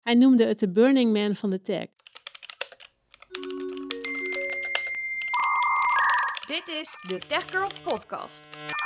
Hij noemde het de Burning Man van de tech. Dit is de Tech Girl Podcast.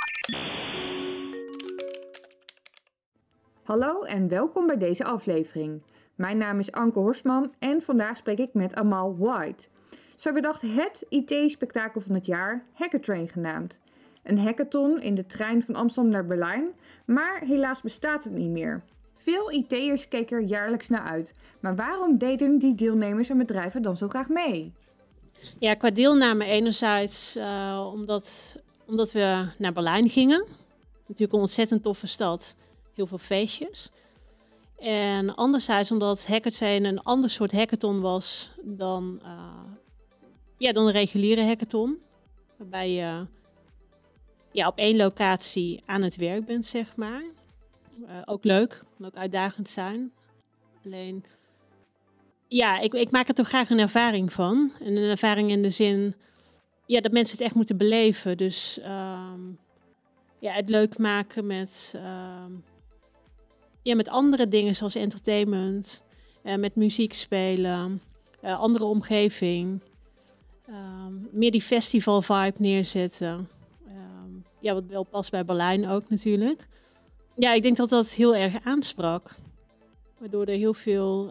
Hallo en welkom bij deze aflevering. Mijn naam is Anke Horstman en vandaag spreek ik met Amal White. Zij bedacht het IT-spektakel van het jaar, Hackatrain genaamd. Een hackathon in de trein van Amsterdam naar Berlijn, maar helaas bestaat het niet meer. Veel IT'ers keken er jaarlijks naar uit, maar waarom deden die deelnemers en bedrijven dan zo graag mee? Ja, qua deelname enerzijds omdat we naar Berlijn gingen. Natuurlijk een ontzettend toffe stad. Heel veel feestjes. En anderzijds omdat Hackatrain een ander soort hackathon was dan een reguliere hackathon. Waarbij je op één locatie aan het werk bent, zeg maar. Ook leuk, kan ook uitdagend zijn. Alleen, ja, ik maak er toch graag een ervaring van. En een ervaring in de zin dat mensen het echt moeten beleven. Dus het leuk maken met andere dingen zoals entertainment, met muziek spelen, andere omgeving. Meer die festival vibe neerzetten. Wat wel past bij Berlijn ook natuurlijk. Ja, ik denk dat dat heel erg aansprak. Waardoor er heel veel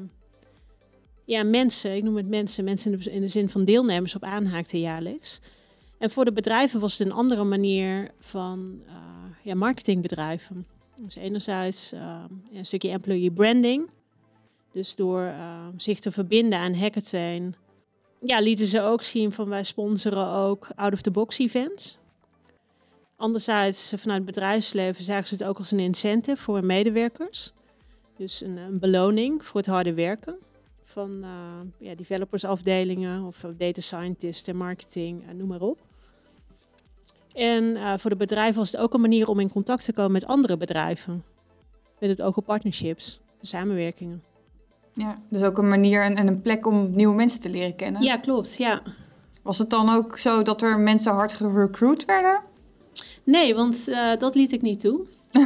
mensen, ik noem het mensen in de zin van deelnemers op aanhaakten jaarlijks. En voor de bedrijven was het een andere manier van marketingbedrijven. Dus enerzijds een stukje employee branding. Dus door zich te verbinden aan Hackatrain, lieten ze ook zien van wij sponsoren ook out-of-the-box events. Anderzijds vanuit het bedrijfsleven zagen ze het ook als een incentive voor medewerkers. Dus een beloning voor het harde werken van developersafdelingen of data scientists, marketing, noem maar op. En voor de bedrijven was het ook een manier om in contact te komen met andere bedrijven. Met het oog op partnerships, samenwerkingen. Ja, dus ook een manier en een plek om nieuwe mensen te leren kennen. Ja, klopt, ja. Was het dan ook zo dat er mensen hard gerecruit werden? Nee, want dat liet ik niet toe.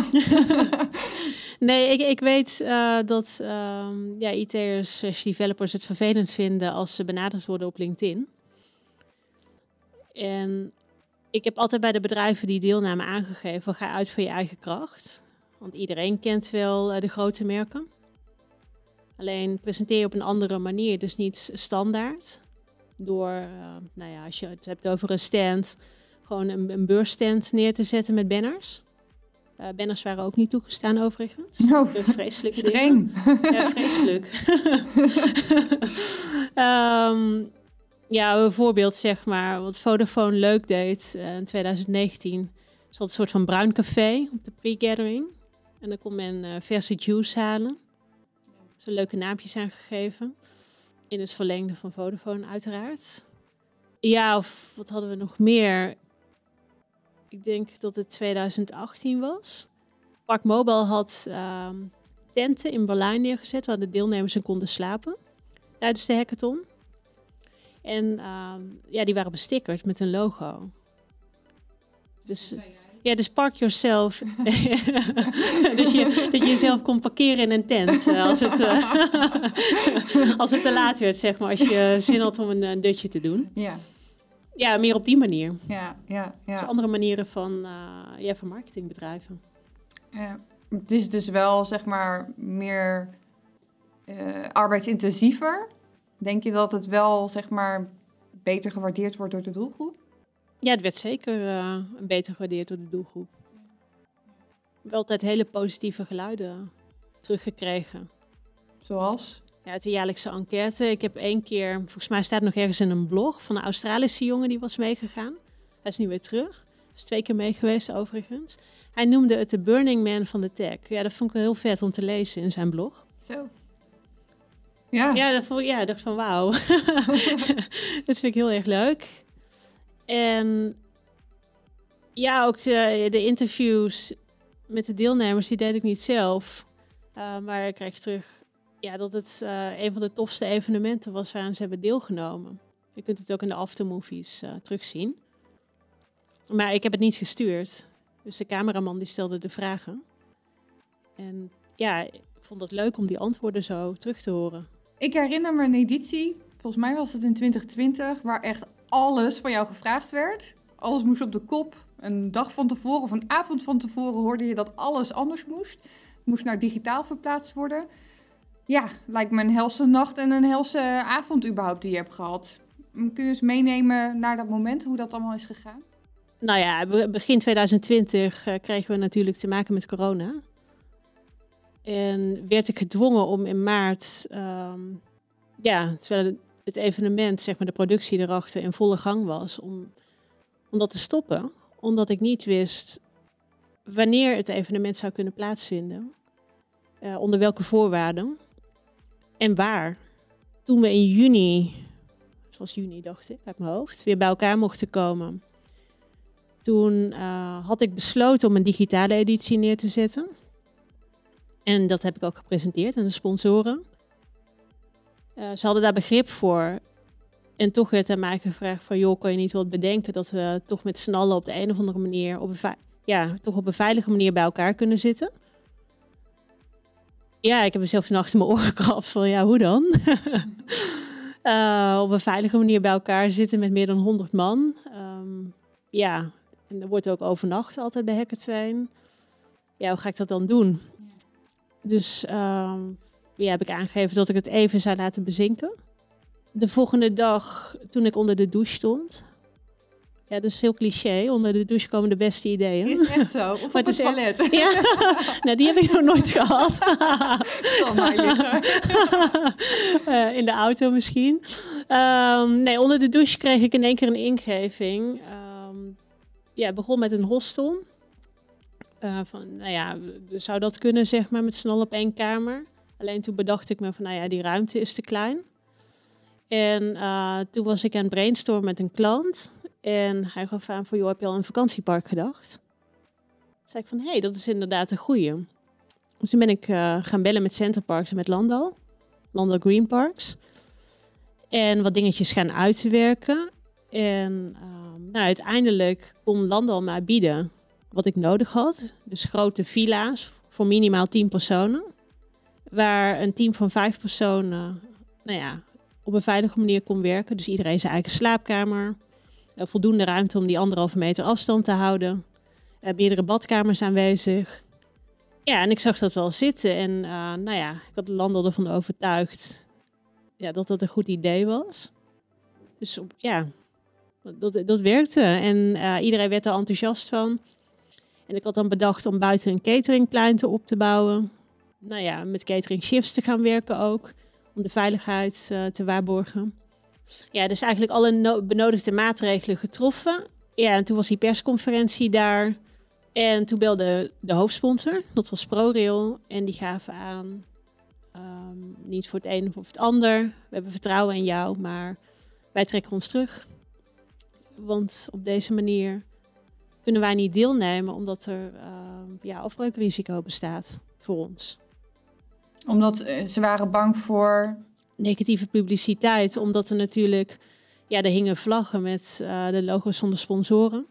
Nee, ik weet dat IT'ers, developers het vervelend vinden als ze benaderd worden op LinkedIn. En ik heb altijd bij de bedrijven die deelnamen aangegeven, ga uit van je eigen kracht. Want iedereen kent wel de grote merken. Alleen presenteer je op een andere manier, dus niet standaard. Door, als je het hebt over een stand, gewoon een beursstand neer te zetten met banners. Banners waren ook niet toegestaan overigens. Oh, vreselijke streng. Dingen. Ja, vreselijk. Een voorbeeld zeg maar, wat Vodafone leuk deed in 2019. Is dat een soort van bruin café op de pre-gathering. En dan kon men verse juice halen. Er zijn leuke naampjes aangegeven. In het verlengde van Vodafone uiteraard. Ja, of wat hadden we nog meer? Ik denk dat het 2018 was. Park Mobile had tenten in Berlijn neergezet waar de deelnemers in konden slapen tijdens de hackathon. En die waren bestickerd met een logo. Dus park yourself. Dus dat je jezelf kon parkeren in een tent als het te laat werd, zeg maar. Als je zin had om een dutje te doen. Ja. Ja, meer op die manier. Ja. Dus andere manieren van marketingbedrijven. Het is dus wel, zeg maar, meer arbeidsintensiever. Denk je dat het wel, zeg maar, beter gewaardeerd wordt door de doelgroep? Ja, het werd zeker beter gewaardeerd door de doelgroep. We hebben altijd hele positieve geluiden teruggekregen. Zoals? Ja, uit de jaarlijkse enquête. Ik heb 1 keer, volgens mij staat het nog ergens in een blog, van een Australische jongen die was meegegaan. Hij is nu weer terug. Hij is 2 keer mee geweest overigens. Hij noemde het de Burning Man van de tech. Ja, dat vond ik wel heel vet om te lezen in zijn blog. Zo. Ja. Ja, ik dacht van wauw. Dat vind ik heel erg leuk. En ja, ook de interviews met de deelnemers, die deed ik niet zelf. Maar ik kreeg terug dat het een van de tofste evenementen was waaraan ze hebben deelgenomen. Je kunt het ook in de aftermovies terugzien. Maar ik heb het niet gestuurd. Dus de cameraman die stelde de vragen. En ja, ik vond het leuk om die antwoorden zo terug te horen. Ik herinner me een editie, volgens mij was het in 2020, waar echt alles van jou gevraagd werd. Alles moest op de kop. Een dag van tevoren of een avond van tevoren hoorde je dat alles anders moest. Moest naar digitaal verplaatst worden. Ja, lijkt me een helse nacht en een helse avond überhaupt die je hebt gehad. Kun je eens meenemen naar dat moment, hoe dat allemaal is gegaan? Nou ja, begin 2020 kregen we natuurlijk te maken met corona. En werd ik gedwongen om in maart, terwijl het evenement, zeg maar de productie erachter in volle gang was, om dat te stoppen. Omdat ik niet wist wanneer het evenement zou kunnen plaatsvinden. Onder welke voorwaarden en waar. Toen we in juni, het was juni dacht ik uit mijn hoofd, weer bij elkaar mochten komen. Toen had ik besloten om een digitale editie neer te zetten. En dat heb ik ook gepresenteerd aan de sponsoren. Ze hadden daar begrip voor. En toch werd aan mij gevraagd van, joh, kan je niet wat bedenken dat we toch met z'n allen op de een of andere manier, toch op een veilige manier bij elkaar kunnen zitten. Ja, ik heb mezelf toen achter mijn oren gekrapt van, ja, hoe dan? Op een veilige manier bij elkaar zitten met meer dan 100 man. En er wordt ook overnacht altijd bij Hackathon. Ja, hoe ga ik dat dan doen? Dus heb ik aangegeven dat ik het even zou laten bezinken. De volgende dag, toen ik onder de douche stond. Ja, dat is heel cliché. Onder de douche komen de beste ideeën. Is echt zo? Of op het toilet? Ja, nou, die heb ik nog nooit gehad. Zal mij liggen. In de auto misschien. Onder de douche kreeg ik in één keer een ingeving. Het begon met een hostel. Zou dat kunnen, zeg maar, met z'n allen op één kamer? Alleen toen bedacht ik me van, die ruimte is te klein. En toen was ik aan het brainstormen met een klant. En hij gaf aan van, joh, heb je al aan een vakantiepark gedacht? Toen zei ik van, dat is inderdaad een goeie. Dus toen ben ik gaan bellen met Centerparks en met Landal Green Parks. En wat dingetjes gaan uitwerken. En uiteindelijk kon Landal mij bieden wat ik nodig had. Dus grote villa's voor minimaal 10 personen. Waar een team van 5 personen op een veilige manier kon werken. Dus iedereen zijn eigen slaapkamer. Voldoende ruimte om die 1,5 meter afstand te houden. Meerdere badkamers aanwezig. Ja, en ik zag dat wel zitten. En ik had Landal ervan overtuigd dat dat een goed idee was. Dus dat werkte. En iedereen werd er enthousiast van. En ik had dan bedacht om buiten een cateringplein op te bouwen. Met catering shifts te gaan werken ook. Om de veiligheid te waarborgen. Ja, dus eigenlijk alle benodigde maatregelen getroffen. Ja, en toen was die persconferentie daar. En toen belde de hoofdsponsor, dat was ProRail. En die gaven aan, niet voor het een of het ander. We hebben vertrouwen in jou, maar wij trekken ons terug. Want op deze manier kunnen wij niet deelnemen, omdat er afbreukrisico bestaat voor ons. Omdat ze waren bang voor negatieve publiciteit, omdat er natuurlijk, er hingen vlaggen met de logo's van de sponsoren.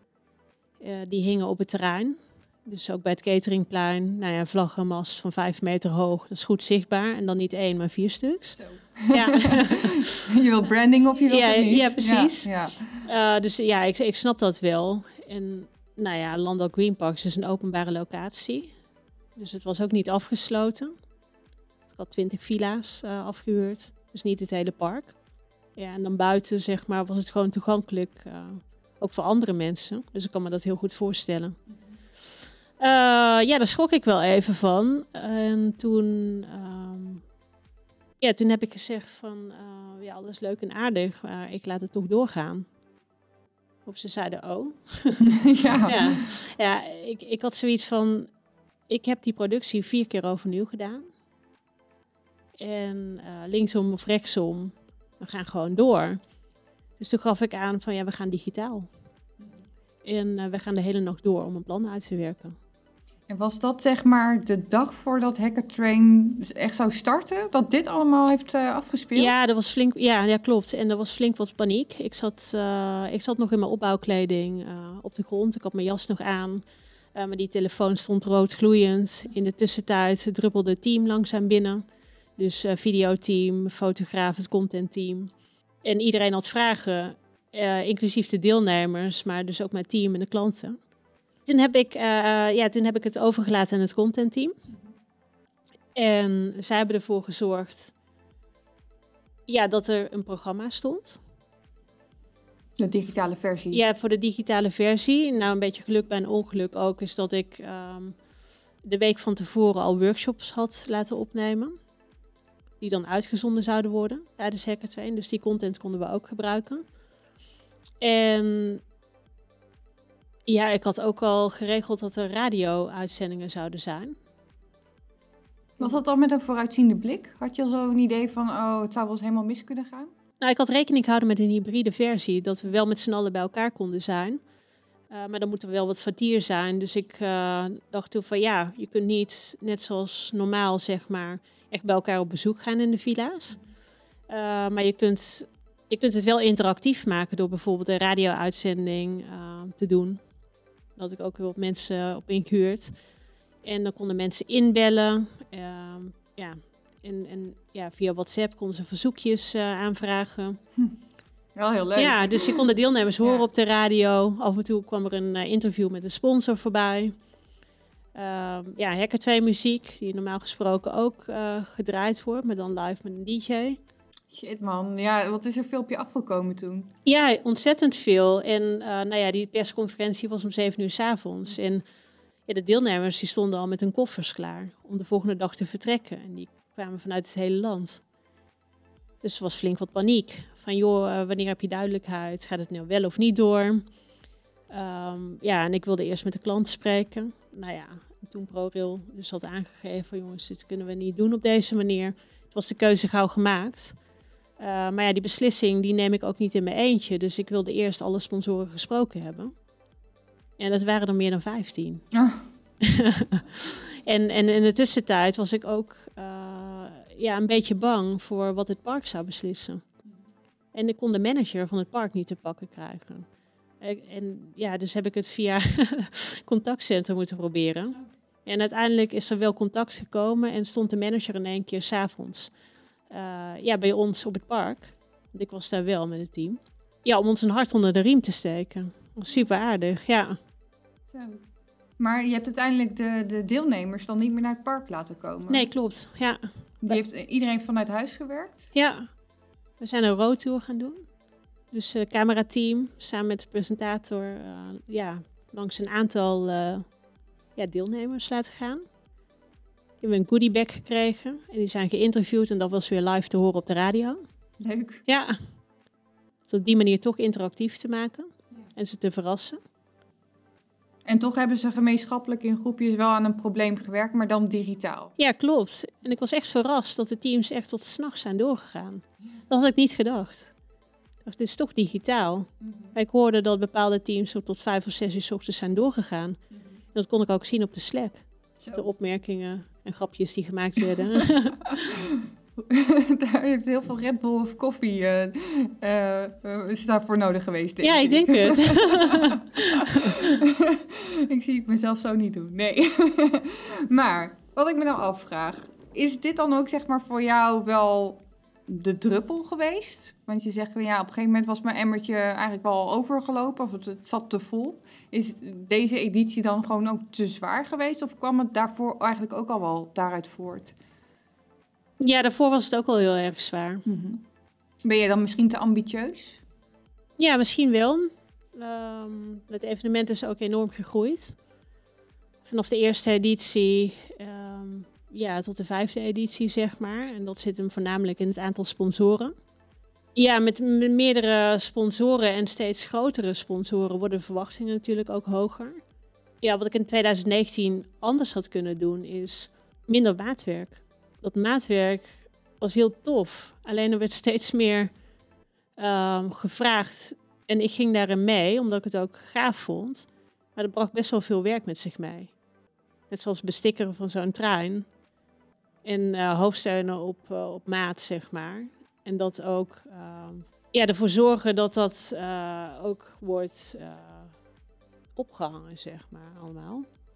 Die hingen op het terrein. Dus ook bij het cateringplein, vlaggenmast van 5 meter hoog. Dat is goed zichtbaar. En dan niet 1, maar 4 stuks. Ja. Je wil branding of je wilt het niet. Ja, precies. Ja. Ik snap dat wel. En Landal Green Parks is een openbare locatie. Dus het was ook niet afgesloten. Ik had 20 villa's afgehuurd. Dus niet het hele park. Ja, en dan buiten, zeg maar, was het gewoon toegankelijk. Ook voor andere mensen. Dus ik kan me dat heel goed voorstellen. Daar schrok ik wel even van. En toen heb ik gezegd van, alles leuk en aardig, maar ik laat het toch doorgaan. Op ze zeiden, oh. Ik had zoiets van, ik heb die productie 4 keer overnieuw gedaan. En linksom of rechtsom, we gaan gewoon door. Dus toen gaf ik aan van, we gaan digitaal. En we gaan de hele nacht door om een plan uit te werken. En was dat zeg maar de dag voordat Hackathon echt zou starten? Dat dit allemaal heeft afgespeeld? Ja, dat was flink. Ja, klopt. En er was flink wat paniek. Ik zat nog in mijn opbouwkleding op de grond. Ik had mijn jas nog aan. Maar die telefoon stond rood gloeiend. In de tussentijd druppelde het team langzaam binnen. Dus videoteam, fotograaf, het contentteam. En iedereen had vragen, inclusief de deelnemers, maar dus ook mijn team en de klanten. Toen heb ik het overgelaten aan het contentteam. En zij hebben ervoor gezorgd dat er een programma stond. De digitale versie. Ja, voor de digitale versie. Nou, een beetje geluk bij een ongeluk ook is dat ik de week van tevoren al workshops had laten opnemen. Die dan uitgezonden zouden worden tijdens Hackathon. Dus die content konden we ook gebruiken. En ja, ik had ook al geregeld dat er radio-uitzendingen zouden zijn. Was dat dan met een vooruitziende blik? Had je al zo een idee van, het zou wel eens helemaal mis kunnen gaan? Nou, ik had rekening gehouden met een hybride versie. Dat we wel met z'n allen bij elkaar konden zijn. Maar dan moet er wel wat vertier zijn. Dus ik dacht toen van je kunt niet, net zoals normaal zeg maar, echt bij elkaar op bezoek gaan in de villa's. Maar je kunt het wel interactief maken door bijvoorbeeld een radio-uitzending te doen. Dat ik ook weer wat mensen op ingehuurd. En dan konden mensen inbellen. Via WhatsApp konden ze verzoekjes aanvragen. Wel heel leuk. Ja, dus je kon de deelnemers horen op de radio. Af en toe kwam er een interview met een sponsor voorbij. Hackathon muziek, die normaal gesproken ook gedraaid wordt, maar dan live met een DJ. Shit man, ja, wat is er veel op je afgekomen toen? Ja, ontzettend veel. En die persconferentie was om 7:00 's avonds. En de deelnemers die stonden al met hun koffers klaar om de volgende dag te vertrekken. En die kwamen vanuit het hele land. Dus er was flink wat paniek. Van wanneer heb je duidelijkheid? Gaat het nou wel of niet door? En ik wilde eerst met de klant spreken. Toen ProRail dus had aangegeven van jongens, dit kunnen we niet doen op deze manier. Het was de keuze gauw gemaakt. Die beslissing die neem ik ook niet in mijn eentje. Dus ik wilde eerst alle sponsoren gesproken hebben. En dat waren er meer dan 15. Oh. En in de tussentijd was ik ook een beetje bang voor wat het park zou beslissen. En ik kon de manager van het park niet te pakken krijgen. Dus heb ik het via contactcentrum moeten proberen. En uiteindelijk is er wel contact gekomen en stond de manager in één keer 's avonds bij ons op het park. Want ik was daar wel met het team. Ja, om ons een hart onder de riem te steken. Dat was super aardig, ja. Zo. Maar je hebt uiteindelijk de deelnemers dan niet meer naar het park laten komen? Nee, klopt, ja. Die heeft iedereen vanuit huis gewerkt? Ja, we zijn een roadtour gaan doen. Dus het camerateam samen met de presentator langs een aantal deelnemers laten gaan. Die hebben een goodiebag gekregen en die zijn geïnterviewd en dat was weer live te horen op de radio. Leuk. Ja, dus op die manier toch interactief te maken en ze te verrassen. En toch hebben ze gemeenschappelijk in groepjes wel aan een probleem gewerkt, maar dan digitaal. Ja, klopt. En ik was echt verrast dat de teams echt tot 's nachts zijn doorgegaan. Dat had ik niet gedacht. Ik dacht, dit is toch digitaal. Ik hoorde dat bepaalde teams tot 5 of 6 uur 's ochtends zijn doorgegaan. En dat kon ik ook zien op de Slack. De opmerkingen en grapjes die gemaakt werden. Daar heeft heel veel Red Bull of koffie is daarvoor nodig geweest, denk ik. Ja, ik denk het. Ik zie het mezelf zo niet doen, nee. Maar, wat ik me nou afvraag, is dit dan ook zeg maar voor jou wel de druppel geweest? Want je zegt, op een gegeven moment was mijn emmertje eigenlijk wel overgelopen, of het zat te vol. Is deze editie dan gewoon ook te zwaar geweest, of kwam het daarvoor eigenlijk ook al wel daaruit voort? Ja, daarvoor was het ook al heel erg zwaar. Mm-hmm. Ben je dan misschien te ambitieus? Ja, misschien wel. Het evenement is ook enorm gegroeid. Vanaf de eerste editie tot de 5e editie, zeg maar. En dat zit hem voornamelijk in het aantal sponsoren. Ja, met meerdere sponsoren en steeds grotere sponsoren worden de verwachtingen natuurlijk ook hoger. Ja, wat ik in 2019 anders had kunnen doen is minder maatwerk. Dat maatwerk was heel tof. Alleen er werd steeds meer gevraagd. En ik ging daarin mee, omdat ik het ook gaaf vond. Maar dat bracht best wel veel werk met zich mee. Net zoals bestikkeren van zo'n trein. En hoofdsteunen op maat, zeg maar. En dat ook ervoor zorgen dat dat ook wordt opgehangen, zeg maar, allemaal.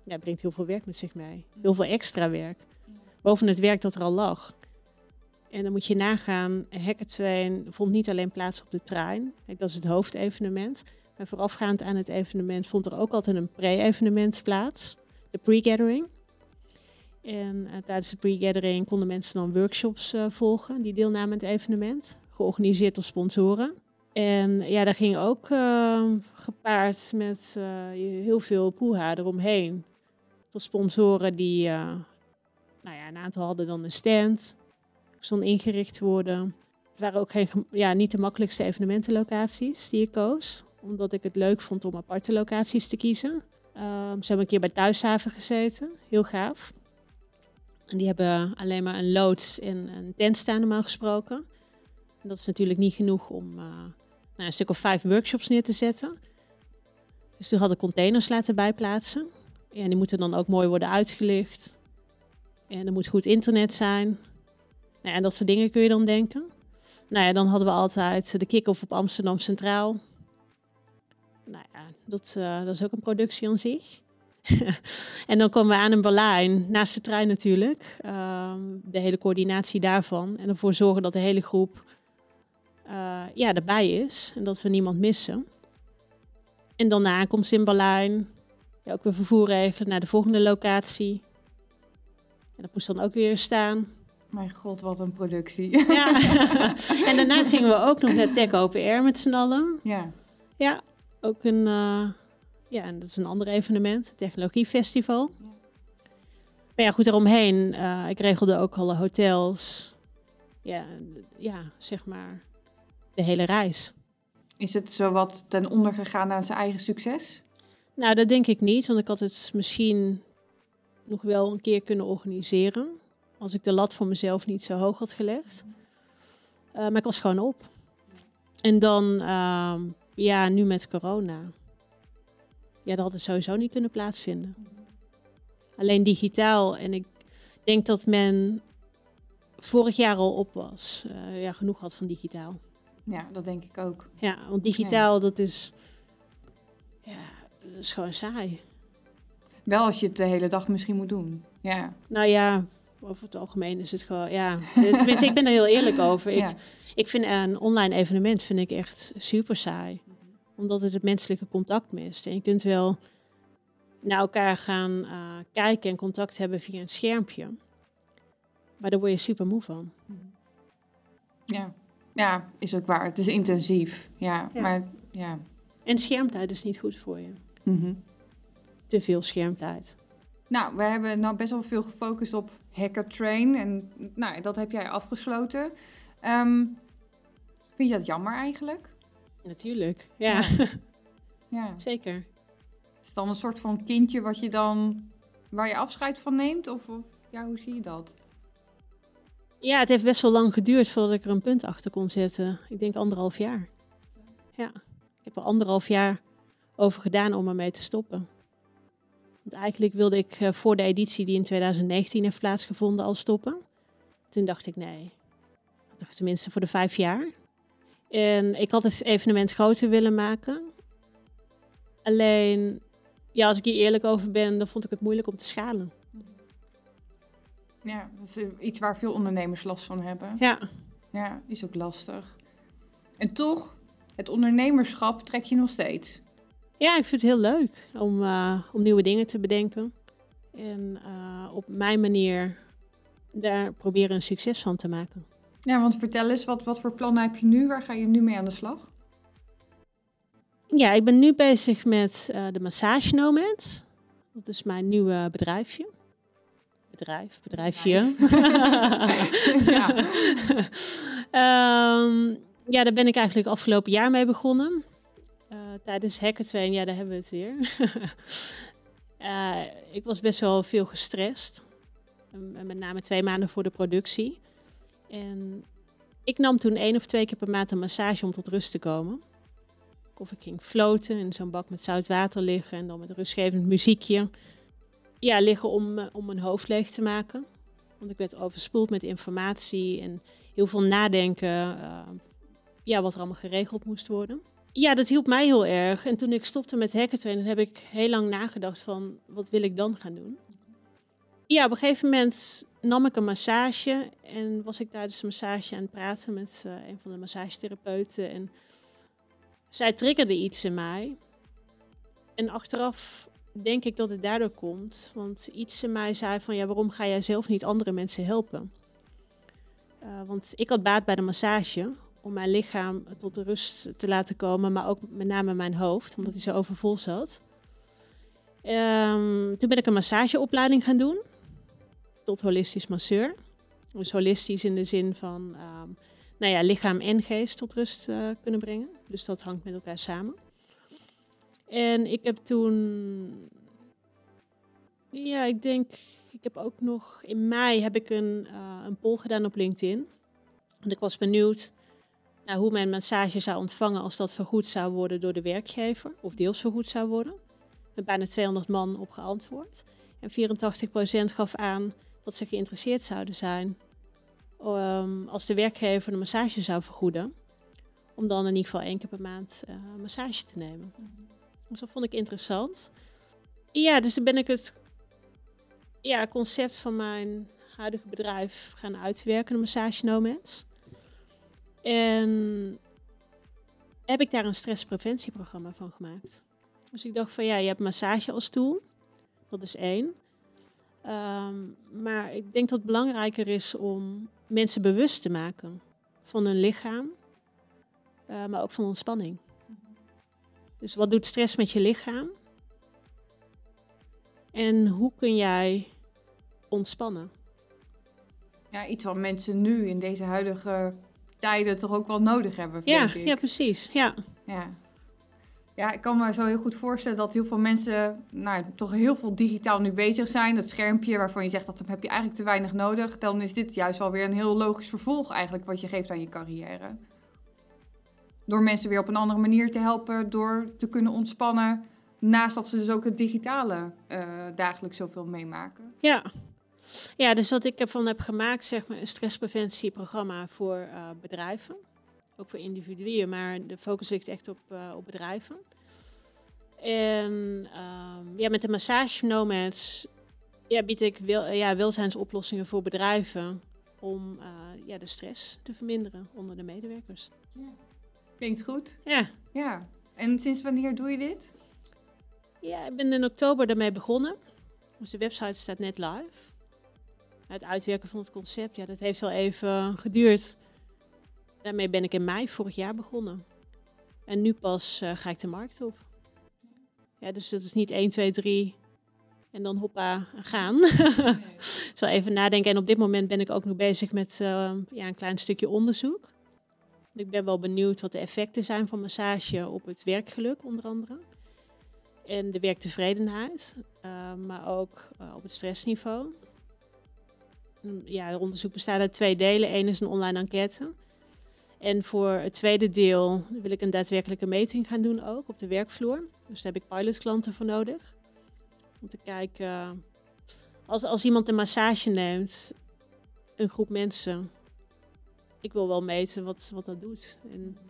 brengt heel veel werk met zich mee. Heel veel extra werk. Boven het werk dat er al lag. En dan moet je nagaan, Hackathon vond niet alleen plaats op de trein. Kijk, dat is het hoofdevenement. Maar voorafgaand aan het evenement vond er ook altijd een pre-evenement plaats. De pre-gathering. En tijdens de pre-gathering konden mensen dan workshops volgen die deelnamen aan het evenement. Georganiseerd door sponsoren. En daar ging ook gepaard met heel veel poeha eromheen. Tot sponsoren die, een aantal hadden dan een stand. Zo'n ingericht worden. Het waren ook niet de makkelijkste evenementenlocaties die ik koos. Omdat ik het leuk vond om aparte locaties te kiezen. Ze hebben een keer bij Thuishaven gezeten. Heel gaaf. En die hebben alleen maar een loods en een tent staan normaal gesproken. En dat is natuurlijk niet genoeg om een stuk of 5 workshops neer te zetten. Dus toen had ik containers laten bijplaatsen. En die moeten dan ook mooi worden uitgelicht. En er moet goed internet zijn. En dat soort dingen kun je dan denken. Dan hadden we altijd de kick-off op Amsterdam Centraal. Dat is ook een productie aan zich. En dan komen we aan in Berlijn, naast de trein natuurlijk. De hele coördinatie daarvan. En ervoor zorgen dat de hele groep erbij is. En dat we niemand missen. En daarna komt ze in Berlijn. Ook weer vervoer regelen naar de volgende locatie. En dat moest dan ook weer staan. Mijn god, wat een productie. Ja. En daarna gingen we ook nog naar Tech Open Air met z'n allen. Ja. Ja, ook een... en dat is een ander evenement, technologiefestival. Ja. Maar goed, daaromheen, ik regelde ook alle hotels. Zeg maar, de hele reis. Is het zowat ten onder gegaan aan zijn eigen succes? Nou, dat denk ik niet, want ik had het misschien nog wel een keer kunnen organiseren. Als ik de lat voor mezelf niet zo hoog had gelegd. Maar ik was gewoon op. En dan, nu met corona... dat had het sowieso niet kunnen plaatsvinden. Alleen digitaal. En ik denk dat men vorig jaar al op was. Genoeg had van digitaal. Ja, dat denk ik ook. Ja, want digitaal, dat is gewoon saai. Wel als je het de hele dag misschien moet doen. Ja. Nou ja, over het algemeen is het gewoon, tenminste, ik ben er heel eerlijk over. Ja. Ik vind een online evenement vind ik echt super saai. Omdat het menselijke contact mist. En je kunt wel naar elkaar gaan kijken en contact hebben via een schermpje. Maar daar word je super moe van. Ja, is ook waar. Het is intensief. Ja. Maar ja. En schermtijd is niet goed voor je. Mm-hmm. Te veel schermtijd. Nou, we hebben nou best wel veel gefocust op Hackathon. En dat heb jij afgesloten. Vind je dat jammer eigenlijk? Natuurlijk, ja. Ja. Zeker. Is het dan een soort van kindje waar je afscheid van neemt? Of hoe zie je dat? Ja, het heeft best wel lang geduurd voordat ik er een punt achter kon zetten. Ik denk 1,5 jaar. Ja, ik heb er 1,5 jaar over gedaan om ermee te stoppen. Want eigenlijk wilde ik voor de editie die in 2019 heeft plaatsgevonden al stoppen. Toen dacht ik nee, toch tenminste voor de 5 jaar. En ik had het evenement groter willen maken. Alleen, als ik hier eerlijk over ben, dan vond ik het moeilijk om te schalen. Ja, dat is iets waar veel ondernemers last van hebben. Ja. Ja, is ook lastig. En toch, het ondernemerschap trek je nog steeds. Ja, ik vind het heel leuk om nieuwe dingen te bedenken. En op mijn manier daar proberen een succes van te maken. Ja, want vertel eens, wat voor plannen heb je nu? Waar ga je nu mee aan de slag? Ja, ik ben nu bezig met de Massage Nomads. Dat is mijn nieuwe bedrijfje. Bedrijfje. Ja. Daar ben ik eigenlijk afgelopen jaar mee begonnen. Tijdens Hackathon, daar hebben we het weer. Ik was best wel veel gestrest. Met name 2 maanden voor de productie. En ik nam toen 1 of 2 keer per maand een massage om tot rust te komen. Of ik ging floten in zo'n bak met zout water liggen en dan met een rustgevend muziekje. Ja, liggen om mijn hoofd leeg te maken. Want ik werd overspoeld met informatie en heel veel nadenken. Wat er allemaal geregeld moest worden. Ja, dat hielp mij heel erg. En toen ik stopte met hackathon, heb ik heel lang nagedacht van, wat wil ik dan gaan doen? Ja, op een gegeven moment nam ik een massage en was ik tijdens de massage aan het praten met een van de massagetherapeuten. En zij triggerde iets in mij. En achteraf denk ik dat het daardoor komt. Want iets in mij zei van, ja, waarom ga jij zelf niet andere mensen helpen? Want ik had baat bij de massage om mijn lichaam tot de rust te laten komen, maar ook met name mijn hoofd, omdat hij zo overvol zat. Toen ben ik een massageopleiding gaan doen tot holistisch masseur. Dus holistisch in de zin van lichaam en geest tot rust kunnen brengen. Dus dat hangt met elkaar samen. En ik heb toen, ik heb ook nog in mei heb ik een poll gedaan op LinkedIn. Want ik was benieuwd naar hoe mijn massage zou ontvangen als dat vergoed zou worden door de werkgever. Of deels vergoed zou worden. Met bijna 200 man op geantwoord. En 84% gaf aan dat ze geïnteresseerd zouden zijn als de werkgever de massage zou vergoeden. Om dan in ieder geval 1 keer per maand een massage te nemen. Dus dat vond ik interessant. Ja, dus toen ben ik het concept van mijn huidige bedrijf gaan uitwerken, de Massage Nomads. En heb ik daar een stresspreventieprogramma van gemaakt. Dus ik dacht van je hebt massage als tool. Dat is 1. Maar ik denk dat het belangrijker is om mensen bewust te maken van hun lichaam, maar ook van ontspanning. Dus wat doet stress met je lichaam? En hoe kun jij ontspannen? Ja, iets wat mensen nu in deze huidige tijden toch ook wel nodig hebben, denk ik. Ja, precies. Ja. Ja, ik kan me zo heel goed voorstellen dat heel veel mensen toch heel veel digitaal nu bezig zijn. Dat schermpje waarvan je zegt dat heb je eigenlijk te weinig nodig. Dan is dit juist wel weer een heel logisch vervolg eigenlijk wat je geeft aan je carrière. Door mensen weer op een andere manier te helpen, door te kunnen ontspannen. Naast dat ze dus ook het digitale dagelijks zoveel meemaken. Ja, dus wat ik ervan heb gemaakt, zeg maar, een stresspreventieprogramma voor bedrijven. Ook voor individuen, maar de focus ligt echt op bedrijven. En met de Massage Nomads bied ik welzijnsoplossingen voor bedrijven om de stress te verminderen onder de medewerkers. Ja. Klinkt goed. Ja. En sinds wanneer doe je dit? Ja, ik ben in oktober daarmee begonnen. Dus de website staat net live. Het uitwerken van het concept, dat heeft wel even geduurd. Daarmee ben ik in mei vorig jaar begonnen. En nu pas ga ik de markt op. Ja, dus dat is niet 1, 2, 3 en dan hoppa gaan. Nee. Dus wel even nadenken. En op dit moment ben ik ook nog bezig met een klein stukje onderzoek. Ik ben wel benieuwd wat de effecten zijn van massage op het werkgeluk onder andere. En de werktevredenheid, maar ook op het stressniveau. Ja, het onderzoek bestaat uit 2 delen. 1 is een online enquête. En voor het tweede deel wil ik een daadwerkelijke meting gaan doen ook op de werkvloer. Dus daar heb ik pilotklanten voor nodig. Om te kijken, als iemand een massage neemt, een groep mensen, ik wil wel meten wat dat doet.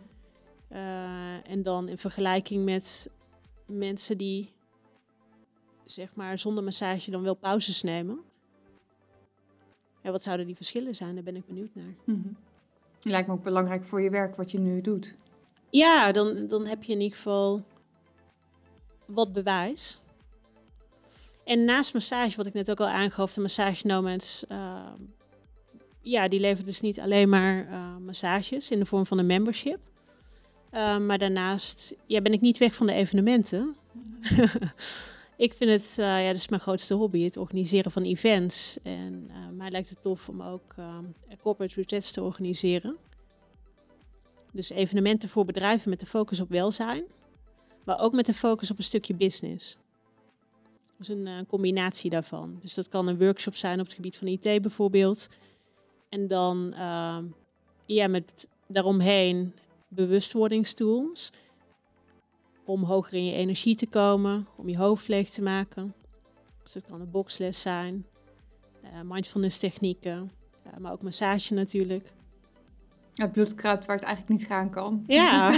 En dan in vergelijking met mensen die, zeg maar, zonder massage dan wel pauzes nemen. Ja, wat zouden die verschillen zijn? Daar ben ik benieuwd naar. Mm-hmm. Lijkt me ook belangrijk voor je werk wat je nu doet. Ja, dan heb je in ieder geval wat bewijs. En naast massage, wat ik net ook al aangaf, de Massage Nomads, die leveren dus niet alleen maar massages in de vorm van een membership. Maar daarnaast ben ik niet weg van de evenementen. Ik vind het, dat is mijn grootste hobby, het organiseren van events. En mij lijkt het tof om ook corporate retreats te organiseren. Dus evenementen voor bedrijven met de focus op welzijn. Maar ook met de focus op een stukje business. Dus een combinatie daarvan. Dus dat kan een workshop zijn op het gebied van IT bijvoorbeeld. En dan met daaromheen bewustwordingstools. Om hoger in je energie te komen, om je hoofd leeg te maken. Dus dat kan een boxles zijn, mindfulness technieken, maar ook massage natuurlijk. Het bloed kruipt waar het eigenlijk niet gaan kan. Ja.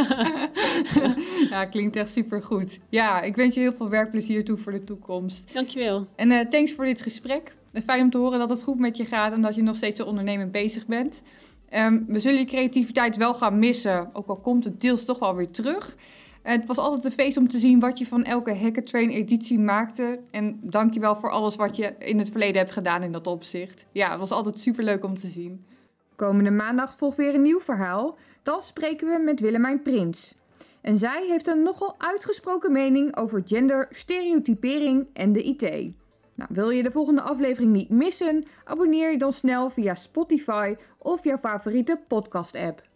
Ja, klinkt echt supergoed. Ja, ik wens je heel veel werkplezier toe voor de toekomst. Dankjewel. En thanks voor dit gesprek. Fijn om te horen dat het goed met je gaat en dat je nog steeds zo ondernemend bezig bent. We zullen je creativiteit wel gaan missen, ook al komt het deels toch wel weer terug. Het was altijd een feest om te zien wat je van elke Hackatrain-editie maakte. En dankjewel voor alles wat je in het verleden hebt gedaan in dat opzicht. Ja, het was altijd superleuk om te zien. Komende maandag volgt weer een nieuw verhaal. Dan spreken we met Willemijn Prins. En zij heeft een nogal uitgesproken mening over gender, stereotypering en de IT. Nou, wil je de volgende aflevering niet missen? Abonneer je dan snel via Spotify of jouw favoriete podcast-app.